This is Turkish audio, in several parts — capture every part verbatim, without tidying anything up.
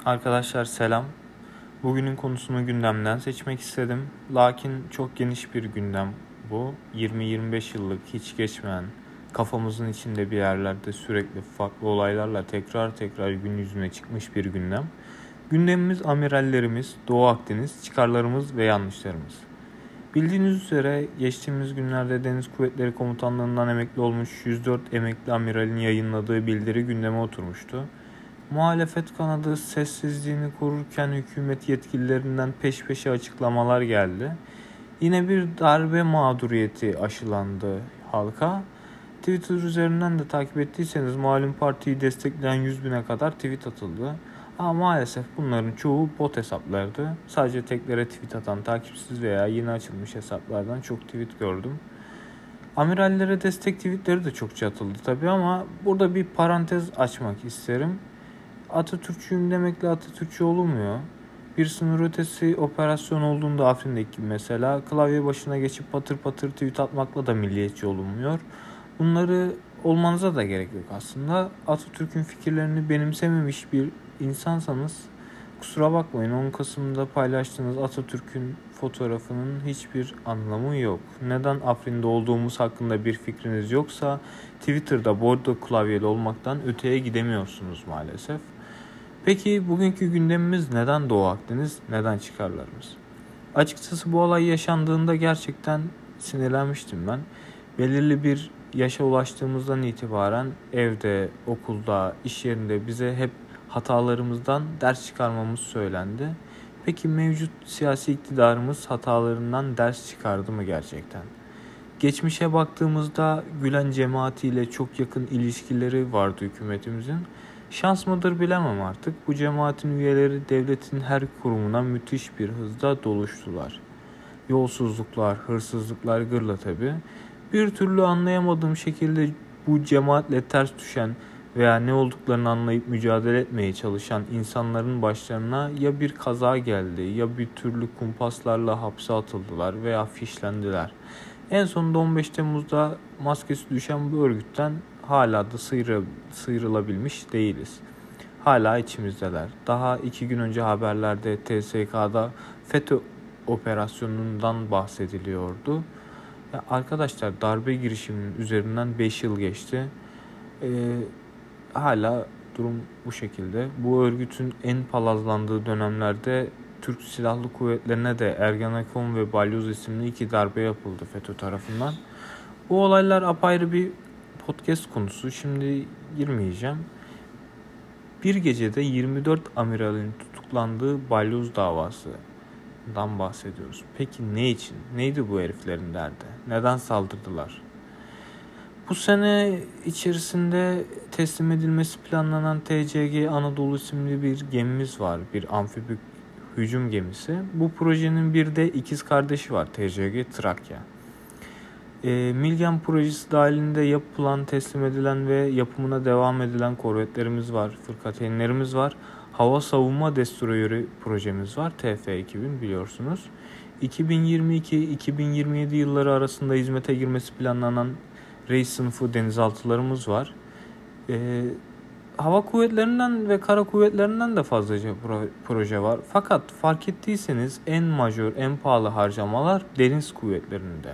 Arkadaşlar selam. Bugünün konusunu gündemden seçmek istedim. Lakin çok geniş bir gündem bu. yirmi yirmi beş yıllık hiç geçmeyen, kafamızın içinde bir yerlerde sürekli farklı olaylarla tekrar tekrar gün yüzüne çıkmış bir gündem. Gündemimiz amirallerimiz, Doğu Akdeniz, çıkarlarımız ve yanlışlarımız. Bildiğiniz üzere geçtiğimiz günlerde Deniz Kuvvetleri Komutanlığı'ndan emekli olmuş yüz dört emekli amiralin yayınladığı bildiri gündeme oturmuştu. Muhalefet kanadı sessizliğini korurken hükümet yetkililerinden peş peşe açıklamalar geldi. Yine bir darbe mağduriyeti aşılandı halka. Twitter üzerinden de takip ettiyseniz malum partiyi destekleyen yüz bine kadar tweet atıldı. Ama maalesef bunların çoğu bot hesaplardı. Sadece teklere tweet atan takipsiz veya yeni açılmış hesaplardan çok tweet gördüm. Amirallere destek tweetleri de çokça atıldı tabii ama burada bir parantez açmak isterim. Atatürkçüyüm demekle Atatürkçü olunmuyor. Bir sınır ötesi operasyon olduğunda Afrin'deki gibi mesela klavye başına geçip patır patır tweet atmakla da milliyetçi olunmuyor. Bunları olmanıza da gerek yok aslında. Atatürk'ün fikirlerini benimsememiş bir insansanız kusura bakmayın, on Kasım'da paylaştığınız Atatürk'ün fotoğrafının hiçbir anlamı yok. Neden Afrin'de olduğumuz hakkında bir fikriniz yoksa Twitter'da bordo klavyeli olmaktan öteye gidemiyorsunuz maalesef. Peki bugünkü gündemimiz neden Doğu Akdeniz, neden çıkarlarımız? Açıkçası bu olay yaşandığında gerçekten sinirlenmiştim ben. Belirli bir yaşa ulaştığımızdan itibaren evde, okulda, iş yerinde bize hep hatalarımızdan ders çıkarmamız söylendi. Peki mevcut siyasi iktidarımız hatalarından ders çıkardı mı gerçekten? Geçmişe baktığımızda Gülen cemaatiyle çok yakın ilişkileri vardı hükümetimizin. Şans mıdır bilemem artık. Bu cemaatin üyeleri devletin her kurumuna müthiş bir hızda doluştular. Yolsuzluklar, hırsızlıklar gırla tabii. Bir türlü anlayamadığım şekilde bu cemaatle ters düşen veya ne olduklarını anlayıp mücadele etmeye çalışan insanların başlarına ya bir kaza geldi ya bir türlü kumpaslarla hapse atıldılar veya fişlendiler. En sonunda on beş Temmuz'da maskesi düşen bu örgütten hala da sıyrı, sıyrılabilmiş değiliz. Hala içimizdeler. Daha iki gün önce haberlerde T S K'da FETÖ operasyonundan bahsediliyordu. Ya arkadaşlar, darbe girişiminin üzerinden beş yıl geçti. Ee, hala durum bu şekilde. Bu örgütün en palazlandığı dönemlerde Türk Silahlı Kuvvetlerine de Ergenekon ve Balyoz isimli iki darbe yapıldı FETÖ tarafından. Bu olaylar apayrı bir podcast konusu. Şimdi girmeyeceğim. Bir gecede yirmi dört amiralin tutuklandığı Balyoz davasından bahsediyoruz. Peki ne için? Neydi bu heriflerin derdi? Neden saldırdılar? Bu sene içerisinde teslim edilmesi planlanan T C G Anadolu isimli bir gemimiz var. Bir amfibi hücum gemisi. Bu projenin bir de ikiz kardeşi var, T C G Trakya. E, Milgem projesi dahilinde yapılan, teslim edilen ve yapımına devam edilen korvetlerimiz var, fırkateynlerimiz var. Hava savunma destroyörü projemiz var, T F iki bin biliyorsunuz. iki bin yirmi iki iki bin yirmi yedi yılları arasında hizmete girmesi planlanan reis sınıfı denizaltılarımız var. E, hava kuvvetlerinden ve kara kuvvetlerinden de fazlaca proje var. Fakat fark ettiyseniz en majör, en pahalı harcamalar deniz kuvvetlerinde.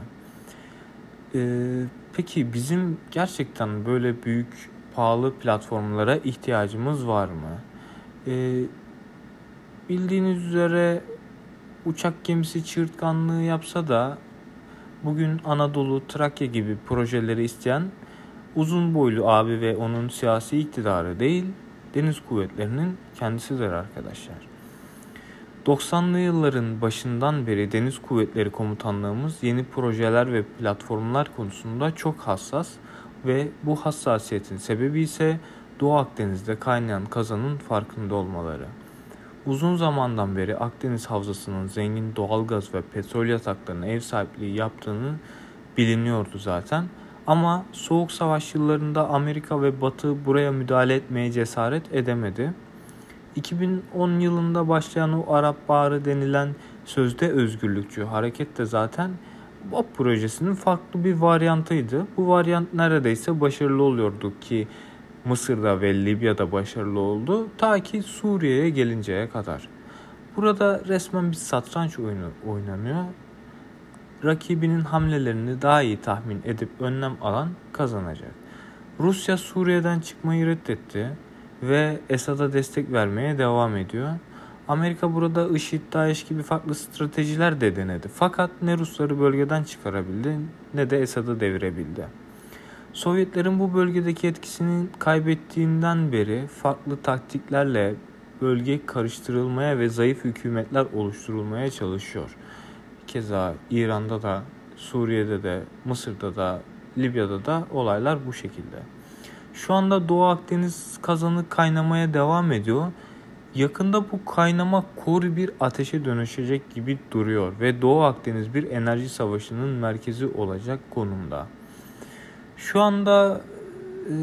Ee, peki bizim gerçekten böyle büyük, pahalı platformlara ihtiyacımız var mı? Ee, bildiğiniz üzere uçak gemisi çığırtkanlığı yapsa da bugün Anadolu, Trakya gibi projeleri isteyen uzun boylu abi ve onun siyasi iktidarı değil, deniz kuvvetlerinin kendisidir arkadaşlar. doksanlı yılların başından beri Deniz Kuvvetleri Komutanlığımız yeni projeler ve platformlar konusunda çok hassas ve bu hassasiyetin sebebi ise Doğu Akdeniz'de kaynayan kazanın farkında olmaları. Uzun zamandan beri Akdeniz Havzası'nın zengin doğalgaz ve petrol yataklarına ev sahipliği yaptığını biliniyordu zaten. Ama Soğuk Savaş yıllarında Amerika ve Batı buraya müdahale etmeye cesaret edemedi. iki bin on yılında başlayan o Arap Baharı denilen sözde özgürlükçü hareket de zaten B O P projesinin farklı bir varyantıydı. Bu varyant neredeyse başarılı oluyordu ki Mısır'da ve Libya'da başarılı oldu ta ki Suriye'ye gelinceye kadar. Burada resmen bir satranç oyunu oynanıyor. Rakibinin hamlelerini daha iyi tahmin edip önlem alan kazanacak. Rusya Suriye'den çıkmayı reddetti ve Esad'a destek vermeye devam ediyor. Amerika burada IŞİD, DAEŞ gibi farklı stratejiler de denedi. Fakat ne Rusları bölgeden çıkarabildi ne de Esad'ı devirebildi. Sovyetlerin bu bölgedeki etkisini kaybettiğinden beri farklı taktiklerle bölge karıştırılmaya ve zayıf hükümetler oluşturulmaya çalışıyor. Keza İran'da da, Suriye'de de, Mısır'da da, Libya'da da olaylar bu şekilde. Şu anda Doğu Akdeniz kazanı kaynamaya devam ediyor. Yakında bu kaynama kor bir ateşe dönüşecek gibi duruyor ve Doğu Akdeniz bir enerji savaşının merkezi olacak konumda. Şu anda e,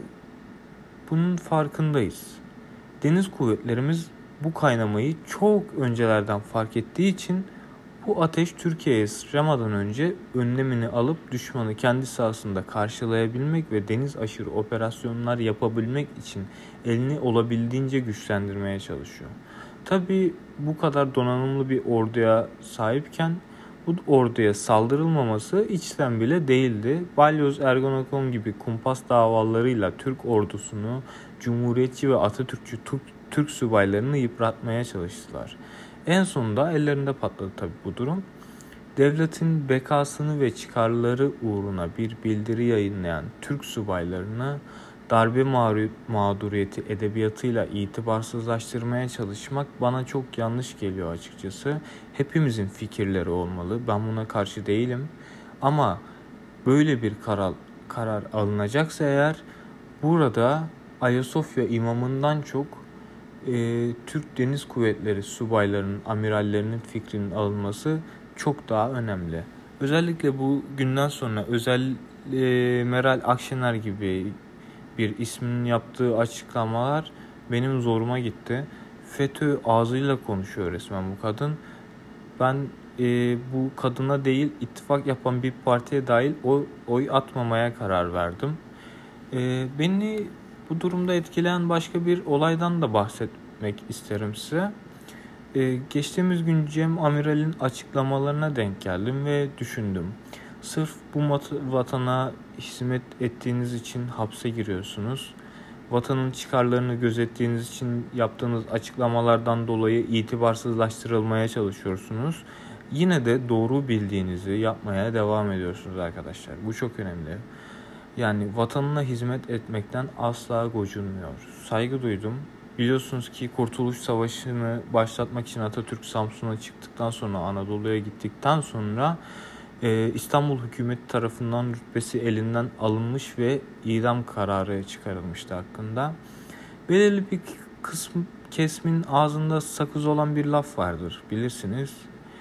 bunun farkındayız. Deniz kuvvetlerimiz bu kaynamayı çok öncelerden fark ettiği için bu ateş Türkiye'ye sıçramadan önce önlemini alıp düşmanı kendi sahasında karşılayabilmek ve deniz aşırı operasyonlar yapabilmek için elini olabildiğince güçlendirmeye çalışıyor. Tabii bu kadar donanımlı bir orduya sahipken bu orduya saldırılmaması içten bile değildi. Balyoz, Ergonekon gibi kumpas davalarıyla Türk ordusunu, Cumhuriyetçi ve Atatürkçü Türk, Türk subaylarını yıpratmaya çalıştılar. En sonunda ellerinde patladı tabii bu durum. Devletin bekasını ve çıkarları uğruna bir bildiri yayınlayan Türk subaylarını darbe mağduriyeti edebiyatıyla itibarsızlaştırmaya çalışmak bana çok yanlış geliyor açıkçası. Hepimizin fikirleri olmalı. Ben buna karşı değilim. Ama böyle bir karar, karar alınacaksa eğer burada Ayasofya imamından çok e, Türk Deniz Kuvvetleri subaylarının, amirallerinin fikrinin alınması çok daha önemli. Özellikle bu günden sonra özel e, Meral Akşener gibi bir isminin yaptığı açıklamalar benim zoruma gitti. FETÖ ağzıyla konuşuyor resmen bu kadın. Ben e, bu kadına değil ittifak yapan bir partiye dahil oy, oy atmamaya karar verdim. E, beni bu durumda etkileyen başka bir olaydan da bahsetmek isterim size. E, geçtiğimiz gün Cem Amiral'in açıklamalarına denk geldim ve düşündüm. Sırf bu vatana hizmet ettiğiniz için hapse giriyorsunuz. Vatanın çıkarlarını gözettiğiniz için yaptığınız açıklamalardan dolayı itibarsızlaştırılmaya çalışıyorsunuz. Yine de doğru bildiğinizi yapmaya devam ediyorsunuz arkadaşlar. Bu çok önemli. Yani vatanına hizmet etmekten asla gocunmuyor. Saygı duydum. Biliyorsunuz ki Kurtuluş Savaşı'nı başlatmak için Atatürk Samsun'a çıktıktan sonra, Anadolu'ya gittikten sonra e, İstanbul hükümeti tarafından rütbesi elinden alınmış ve idam kararı çıkarılmıştı hakkında. Belirli bir kısım kesmin ağzında sakız olan bir laf vardır, bilirsiniz.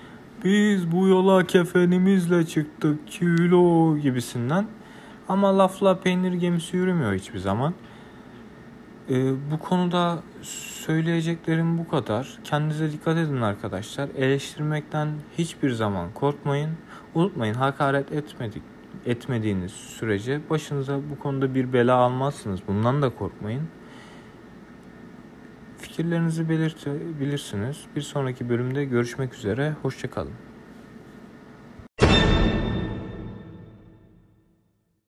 Biz bu yola kefenimizle çıktık kilo gibisinden. Ama lafla peynir gemisi yürümüyor hiçbir zaman. Ee, bu konuda söyleyeceklerim bu kadar. Kendinize dikkat edin arkadaşlar. Eleştirmekten hiçbir zaman korkmayın. Unutmayın, hakaret etmedik, etmediğiniz sürece başınıza bu konuda bir bela almazsınız. Bundan da korkmayın. Fikirlerinizi belirtebilirsiniz. Bir sonraki bölümde görüşmek üzere. Hoşça kalın.